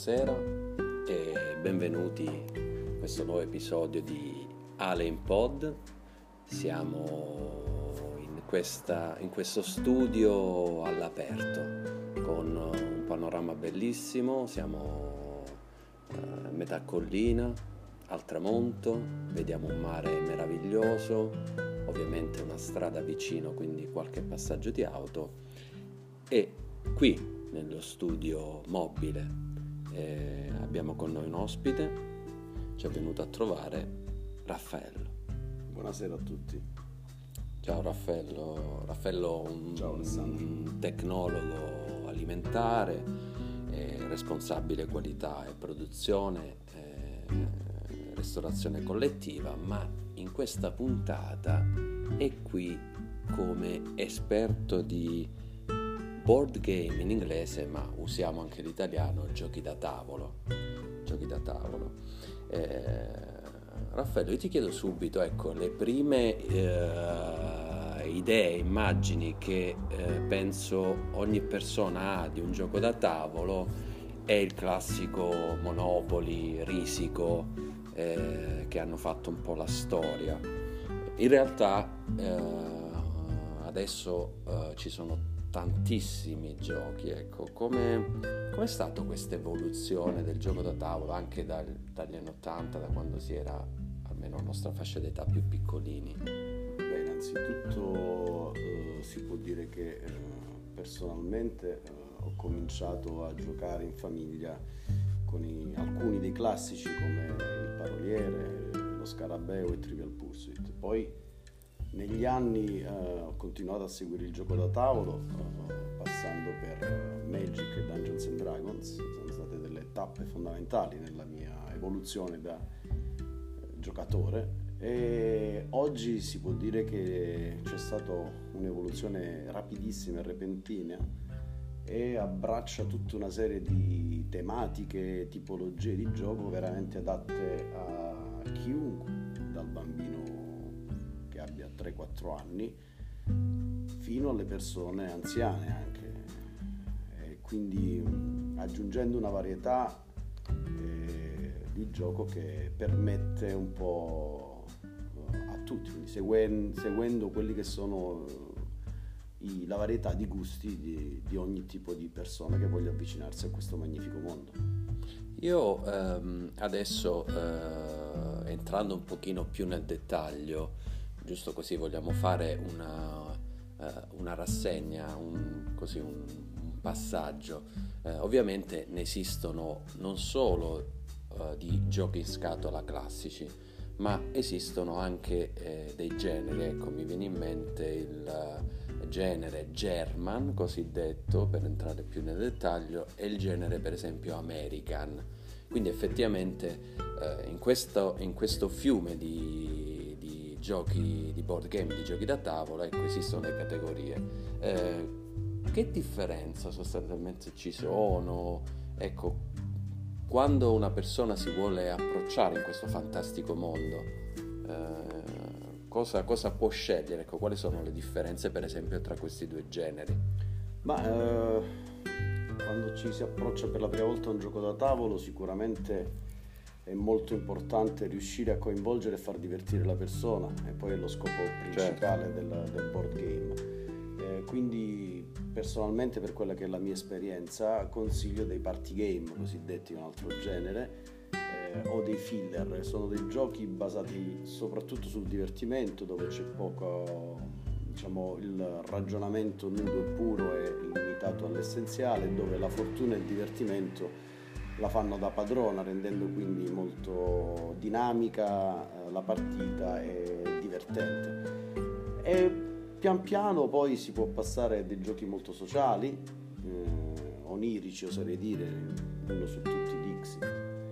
buonasera e benvenuti a questo nuovo episodio di Ale in Pod. Siamo in questo studio all'aperto con un panorama bellissimo. Siamo a metà collina, al tramonto, vediamo un mare meraviglioso, ovviamente una strada vicino, quindi qualche passaggio di auto. E qui nello studio mobile abbiamo con noi un ospite, ci è venuto a trovare Raffaello. Buonasera a tutti. Ciao Raffaello, Ciao, un tecnologo alimentare, responsabile qualità e produzione, ristorazione collettiva, ma in questa puntata è qui come esperto di board game in inglese, ma usiamo anche l'italiano, giochi da tavolo. Raffaello, io ti chiedo subito, ecco, le prime idee, immagini che penso ogni persona ha di un gioco da tavolo è il classico Monopoly, Risico, che hanno fatto un po' la storia. In realtà adesso ci sono tantissimi giochi, ecco, come è stata questa evoluzione del gioco da tavolo anche dagli anni 80, da quando si era almeno la nostra fascia d'età più piccolini? Beh, innanzitutto si può dire che personalmente ho cominciato a giocare in famiglia con alcuni dei classici come il Paroliere, lo Scarabeo e Trivial Pursuit. Poi negli anni ho continuato a seguire il gioco da tavolo, passando per Magic e Dungeons and Dragons. Sono state delle tappe fondamentali nella mia evoluzione da giocatore, e oggi si può dire che c'è stata un'evoluzione rapidissima e repentina e abbraccia tutta una serie di tematiche, tipologie di gioco veramente adatte a chiunque, dal bambino che abbia 3-4 anni fino alle persone anziane anche, e quindi aggiungendo una varietà di gioco che permette un po' a tutti, quindi seguendo quelli che sono la varietà di gusti di ogni tipo di persona che voglia avvicinarsi a questo magnifico mondo. Io adesso, entrando un pochino più nel dettaglio, giusto così vogliamo fare una rassegna, un passaggio. Ovviamente ne esistono non solo di giochi in scatola classici, ma esistono anche dei generi. Ecco, mi viene in mente il genere German, cosiddetto, per entrare più nel dettaglio, e il genere per esempio American. Quindi effettivamente in questo fiume di giochi di board game, di giochi da tavola, ecco, esistono le categorie. Che differenza sostanzialmente ci sono? Ecco, quando una persona si vuole approcciare in questo fantastico mondo, cosa può scegliere? Ecco, quali sono le differenze per esempio tra questi due generi? Quando ci si approccia per la prima volta a un gioco da tavolo, sicuramente è molto importante riuscire a coinvolgere e far divertire la persona, e poi è lo scopo principale del board game. Quindi personalmente, per quella che è la mia esperienza, consiglio dei party game cosiddetti, un altro genere, o dei filler. Sono dei giochi basati soprattutto sul divertimento, dove c'è poco, il ragionamento nudo e puro è limitato all'essenziale, dove la fortuna e il divertimento la fanno da padrona, rendendo quindi molto dinamica la partita e divertente. E pian piano poi si può passare a dei giochi molto sociali, onirici oserei dire, uno su tutti Dixit.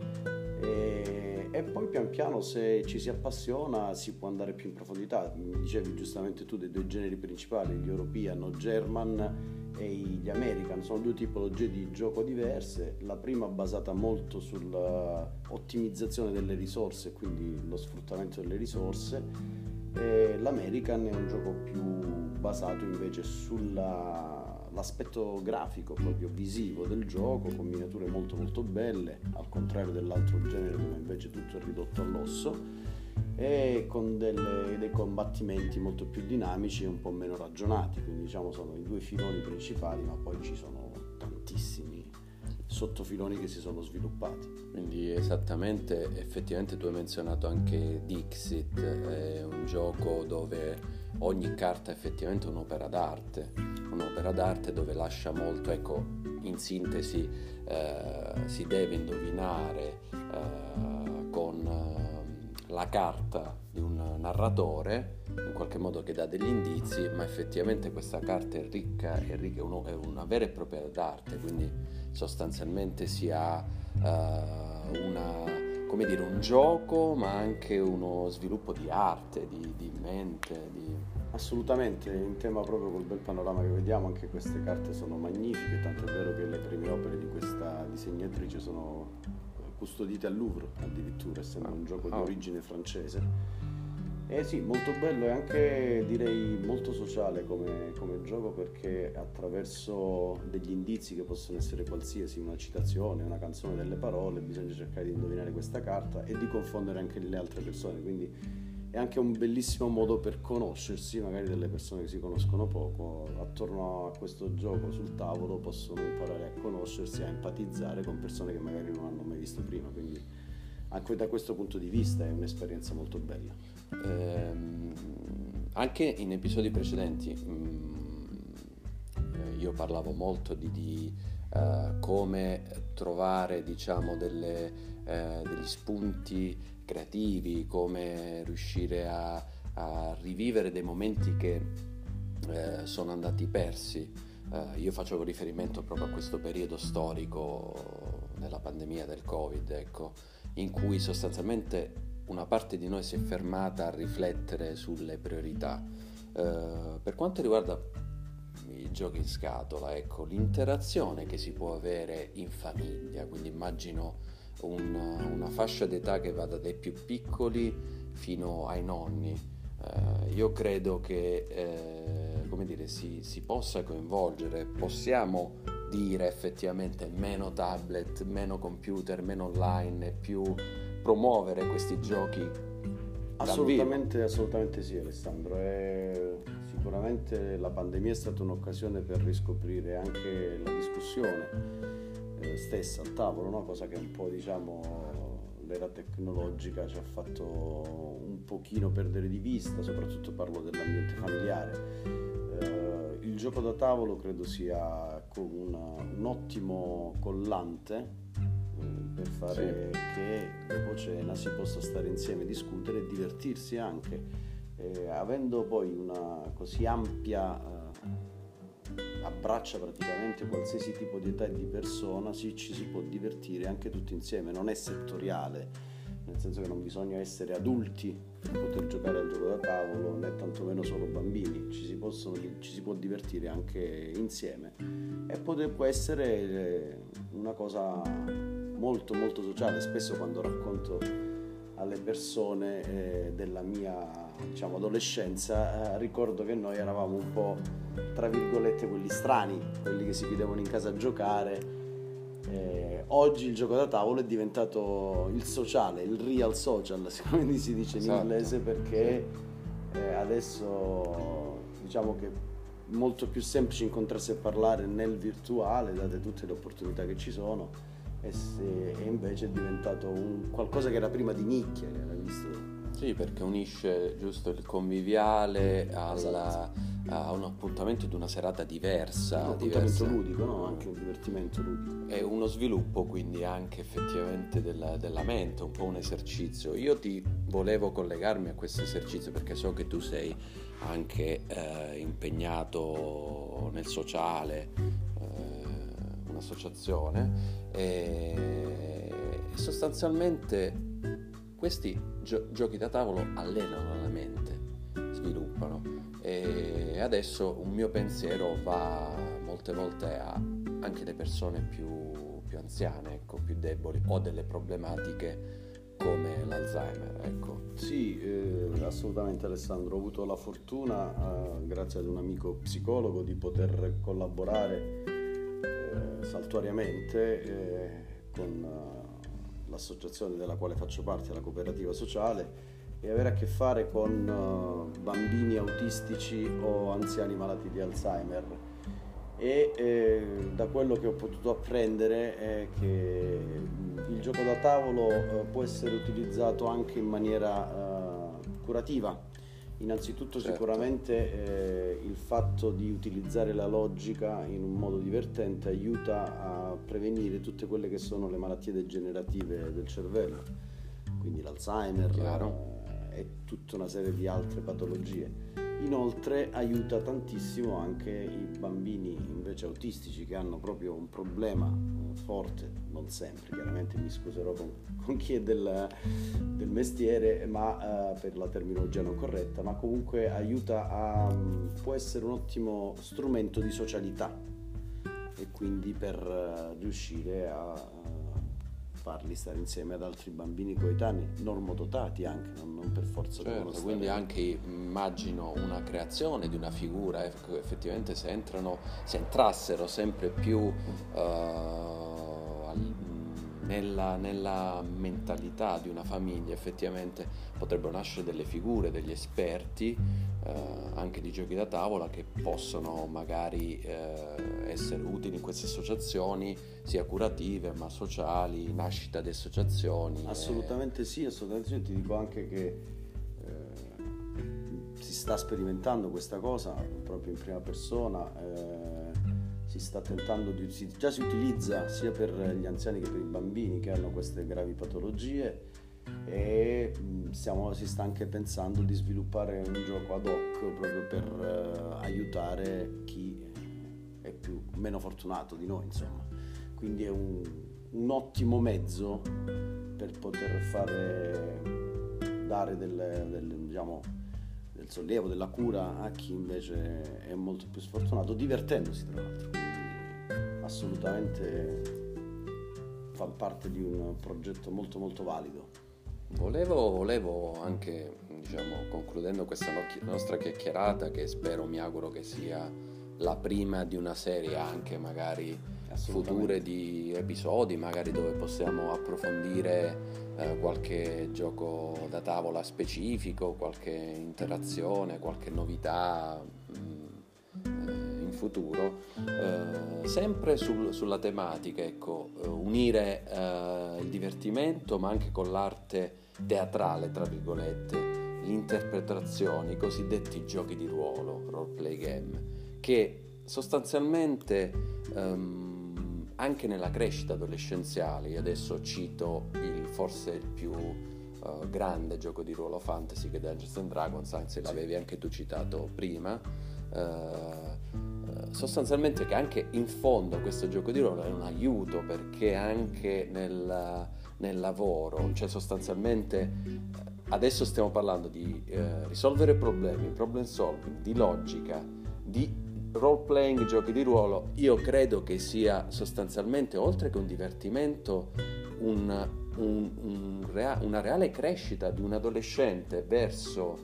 E poi pian piano, se ci si appassiona, si può andare più in profondità. Mi dicevi giustamente tu dei due generi principali, gli European o German e gli American. Sono due tipologie di gioco diverse. La prima basata molto sull'ottimizzazione delle risorse, quindi lo sfruttamento delle risorse, e l'American è un gioco più basato invece sulla l'aspetto grafico, proprio visivo del gioco, con miniature molto molto belle, al contrario dell'altro genere dove invece tutto è ridotto all'osso, e con dei combattimenti molto più dinamici e un po' meno ragionati. Quindi diciamo sono i due filoni principali, ma poi ci sono tantissimi sottofiloni che si sono sviluppati. Quindi esattamente, effettivamente tu hai menzionato anche Dixit, è un gioco dove ogni carta è effettivamente un'opera d'arte dove lascia molto, ecco, in sintesi si deve indovinare con la carta di un narratore, in qualche modo, che dà degli indizi, ma effettivamente questa carta è ricca, è una vera e propria d'arte, quindi sostanzialmente si ha un gioco, ma anche uno sviluppo di arte, di mente. Assolutamente, in tema proprio col bel panorama che vediamo, anche queste carte sono magnifiche, tanto è vero che le prime opere di questa disegnatrice sono custodite al Louvre addirittura, essendo un gioco di origine francese. Sì, molto bello e anche direi molto sociale come gioco, perché attraverso degli indizi che possono essere qualsiasi, una citazione, una canzone, delle parole, bisogna cercare di indovinare questa carta e di confondere anche le altre persone, quindi è anche un bellissimo modo per conoscersi, magari delle persone che si conoscono poco, attorno a questo gioco sul tavolo possono imparare a conoscersi, a empatizzare con persone che magari non hanno mai visto prima, quindi anche da questo punto di vista è un'esperienza molto bella. Anche in episodi precedenti io parlavo molto di come trovare, diciamo, degli spunti creativi, come riuscire a rivivere dei momenti che sono andati persi. Io facevo riferimento proprio a questo periodo storico della pandemia del Covid, ecco, in cui sostanzialmente una parte di noi si è fermata a riflettere sulle priorità. Per quanto riguarda i giochi in scatola, ecco, l'interazione che si può avere in famiglia, quindi immagino una fascia d'età che va dai più piccoli fino ai nonni. Io credo che si possa coinvolgere, possiamo dire effettivamente meno tablet, meno computer, meno online, più promuovere questi giochi dal vivo. Assolutamente sì, Alessandro. Sicuramente la pandemia è stata un'occasione per riscoprire anche la discussione stessa al tavolo, no? Cosa che un po', diciamo, l'era tecnologica ci ha fatto un pochino perdere di vista, soprattutto parlo dell'ambiente familiare. Il gioco da tavolo credo sia un ottimo collante per fare che dopo cena si possa stare insieme, discutere e divertirsi anche, avendo poi una così ampia abbraccia praticamente qualsiasi tipo di età e di persona, ci si può divertire anche tutti insieme, non è settoriale, nel senso che non bisogna essere adulti per poter giocare al gioco da tavolo, né tantomeno solo bambini, ci si può divertire anche insieme e può essere una cosa molto molto sociale. Spesso quando racconto alle persone della mia, diciamo, adolescenza, ricordo che noi eravamo un po', tra virgolette, quelli strani, quelli che si chiudevano in casa a giocare. Oggi il gioco da tavolo è diventato il sociale, il real social, come si dice in inglese, perché adesso diciamo che è molto più semplice incontrarsi e parlare nel virtuale, date tutte le opportunità che ci sono, e invece è diventato qualcosa che era prima di nicchia, che era visto. Sì, perché unisce giusto il conviviale a un appuntamento di una serata diversa. Un appuntamento ludico, no? Anche un divertimento ludico. È uno sviluppo quindi anche effettivamente della mente, un po' un esercizio. Io ti volevo collegarmi a questo esercizio perché so che tu sei anche impegnato nel sociale, un'associazione, e sostanzialmente questi giochi da tavolo allenano la mente, sviluppano, e adesso un mio pensiero va molte volte a anche le persone più anziane, ecco, più deboli o delle problematiche come l'Alzheimer, ecco. Sì, assolutamente Alessandro, ho avuto la fortuna, grazie ad un amico psicologo, di poter collaborare saltuariamente con l'associazione della quale faccio parte, la cooperativa sociale, e avere a che fare con bambini autistici o anziani malati di Alzheimer. E da quello che ho potuto apprendere è che il gioco da tavolo può essere utilizzato anche in maniera curativa. Innanzitutto Certo. Sicuramente il fatto di utilizzare la logica in un modo divertente aiuta a prevenire tutte quelle che sono le malattie degenerative del cervello, quindi l'Alzheimer e tutta una serie di altre patologie. Inoltre aiuta tantissimo anche i bambini invece autistici, che hanno proprio un problema forte, non sempre, chiaramente mi scuserò con chi è del mestiere, ma per la terminologia non corretta, ma comunque può essere un ottimo strumento di socialità, e quindi per riuscire a farli stare insieme ad altri bambini coetanei, normodotati anche, non per forza. Certo, quindi anche immagino una creazione di una figura, effettivamente se entrassero sempre più nella mentalità di una famiglia, effettivamente potrebbero nascere delle figure, degli esperti anche di giochi da tavola, che possono magari essere utili in queste associazioni, sia curative ma sociali, nascita di associazioni. Assolutamente sì, assolutamente sì. Ti dico anche che si sta sperimentando questa cosa proprio in prima persona. Si sta tentando già si utilizza sia per gli anziani che per i bambini che hanno queste gravi patologie, e si sta anche pensando di sviluppare un gioco ad hoc proprio per aiutare chi è meno fortunato di noi, insomma. Quindi è un ottimo mezzo per poter dare del sollievo, della cura a chi invece è molto più sfortunato, divertendosi tra l'altro. Quindi assolutamente fa parte di un progetto molto molto valido. Volevo anche, concludendo questa nostra chiacchierata, che mi auguro che sia la prima di una serie anche magari future di episodi, magari dove possiamo approfondire qualche gioco da tavola specifico, qualche interazione, qualche novità in futuro, sempre sulla tematica, unire il divertimento ma anche con l'arte teatrale, tra virgolette, l'interpretazione, i cosiddetti giochi di ruolo, role play game, che sostanzialmente anche nella crescita adolescenziale, io adesso cito forse il più grande gioco di ruolo fantasy, che è Dungeons and Dragons, anzi l'avevi anche tu citato prima, sostanzialmente, che anche in fondo questo gioco di ruolo è un aiuto, perché anche nel lavoro, cioè sostanzialmente adesso stiamo parlando di risolvere problemi, problem solving, di logica, di role playing, giochi di ruolo. Io credo che sia sostanzialmente, oltre che un divertimento, una reale crescita di un adolescente verso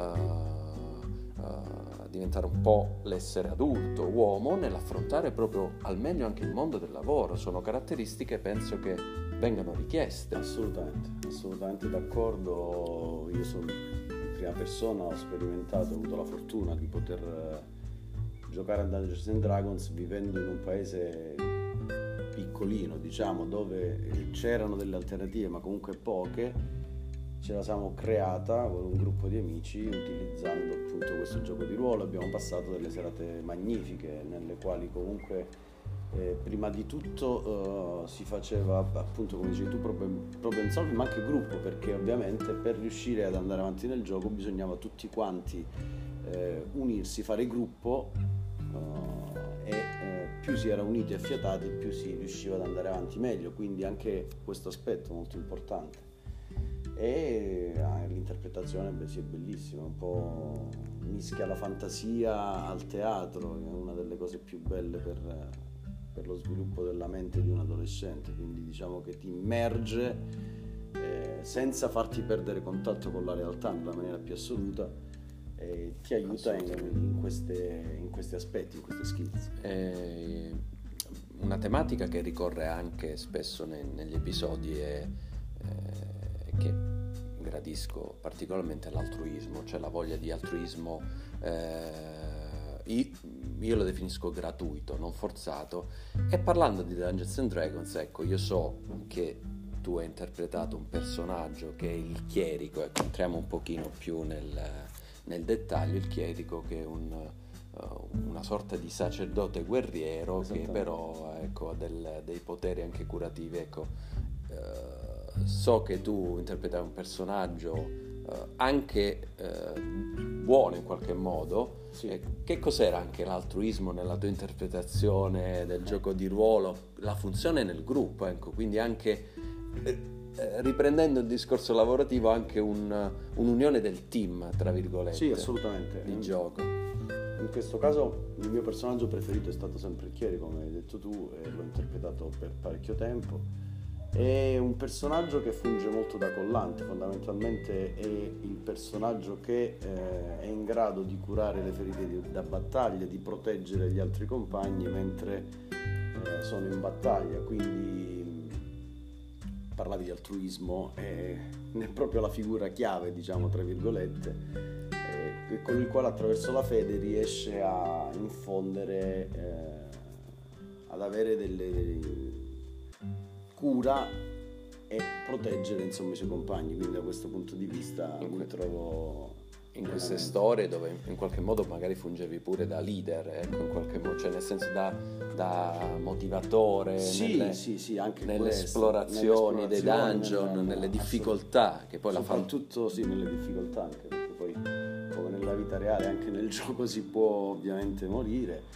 diventare un po' l'essere adulto, uomo, nell'affrontare proprio al meglio anche il mondo del lavoro. Sono caratteristiche, penso, che vengano richieste. Assolutamente d'accordo. Io sono in prima persona, ho sperimentato, ho avuto la fortuna di poter giocare a Dungeons and Dragons vivendo in un paese piccolino, dove c'erano delle alternative ma comunque poche. Ce la siamo creata con un gruppo di amici utilizzando appunto questo gioco di ruolo. Abbiamo passato delle serate magnifiche nelle quali comunque prima di tutto si faceva, appunto come dicevi tu, problem solving, ma anche gruppo, perché ovviamente per riuscire ad andare avanti nel gioco bisognava tutti quanti unirsi, fare gruppo, e più si era uniti e affiatati più si riusciva ad andare avanti meglio. Quindi anche questo aspetto molto importante. E l'interpretazione sì, è bellissima, un po' mischia la fantasia al teatro, è una delle cose più belle per lo sviluppo della mente di un adolescente. Quindi diciamo che ti immerge senza farti perdere contatto con la realtà nella maniera più assoluta, ti aiuta in questi aspetti, in queste skills. Una tematica che ricorre anche spesso negli episodi è che gradisco particolarmente l'altruismo, cioè la voglia di altruismo, io lo definisco gratuito, non forzato. E parlando di Dungeons and Dragons, ecco, io so che tu hai interpretato un personaggio che è il chierico, ecco, entriamo un pochino più nel dettaglio. Il chierico, che è una sorta di sacerdote guerriero che però, ecco, ha dei poteri anche curativi, ecco. So che tu interpretavi un personaggio anche buono in qualche modo. Sì. Che cos'era anche l'altruismo nella tua interpretazione del gioco di ruolo, la funzione nel gruppo, ecco, quindi anche riprendendo il discorso lavorativo, anche un'unione del team, tra virgolette. Sì, assolutamente. Di gioco. In questo caso il mio personaggio preferito è stato sempre il chierico, come hai detto tu, e l'ho interpretato per parecchio tempo. È un personaggio che funge molto da collante, fondamentalmente è il personaggio che è in grado di curare le ferite da battaglia, di proteggere gli altri compagni mentre sono in battaglia, quindi parlavi di altruismo, è proprio la figura chiave, diciamo, tra virgolette, con il quale attraverso la fede riesce a infondere, ad avere delle cura e proteggere, insomma, i suoi compagni. Quindi da questo punto di vista mi trovo in queste storie dove in qualche modo magari fungevi pure da leader, ecco, in qualche modo, cioè nel senso da motivatore, sì, anche nelle questo, esplorazioni dei dungeon, nelle difficoltà che poi soprattutto sì, nelle difficoltà, anche perché poi come nella vita reale anche nel gioco si può ovviamente morire.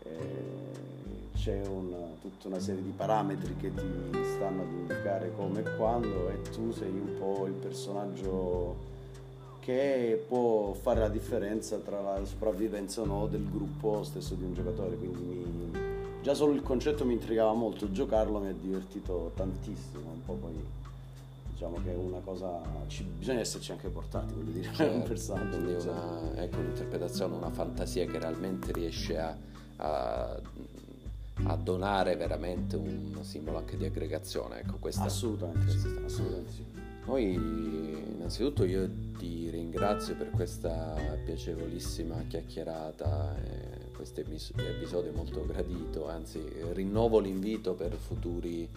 C'è tutta una serie di parametri che ti stanno ad indicare come e quando, e tu sei un po' il personaggio che può fare la differenza tra la sopravvivenza o no del gruppo stesso di un giocatore. Quindi già solo il concetto mi intrigava molto, giocarlo mi ha divertito tantissimo. Un po' poi diciamo che è una cosa, bisogna esserci anche portati, voglio dire, certo, un personaggio, quindi un'interpretazione, una fantasia che realmente riesce a donare veramente un simbolo anche di aggregazione, ecco, questa assolutamente sì. Poi innanzitutto io ti ringrazio per questa piacevolissima chiacchierata, questo episodio molto gradito, anzi rinnovo l'invito per futuri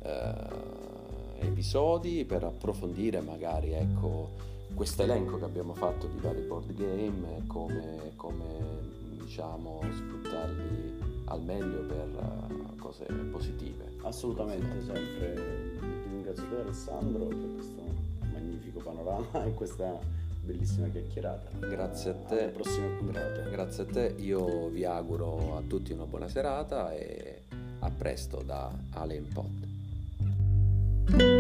episodi per approfondire magari, ecco, questo elenco che abbiamo fatto di vari board game e come diciamo sfruttarli al meglio per cose positive. Assolutamente, sempre. Ti ringrazio te, Alessandro, per questo magnifico panorama e questa bellissima chiacchierata. Grazie a te. Alle prossime puntate. Grazie a te, io vi auguro a tutti una buona serata e a presto da Ale in Pod.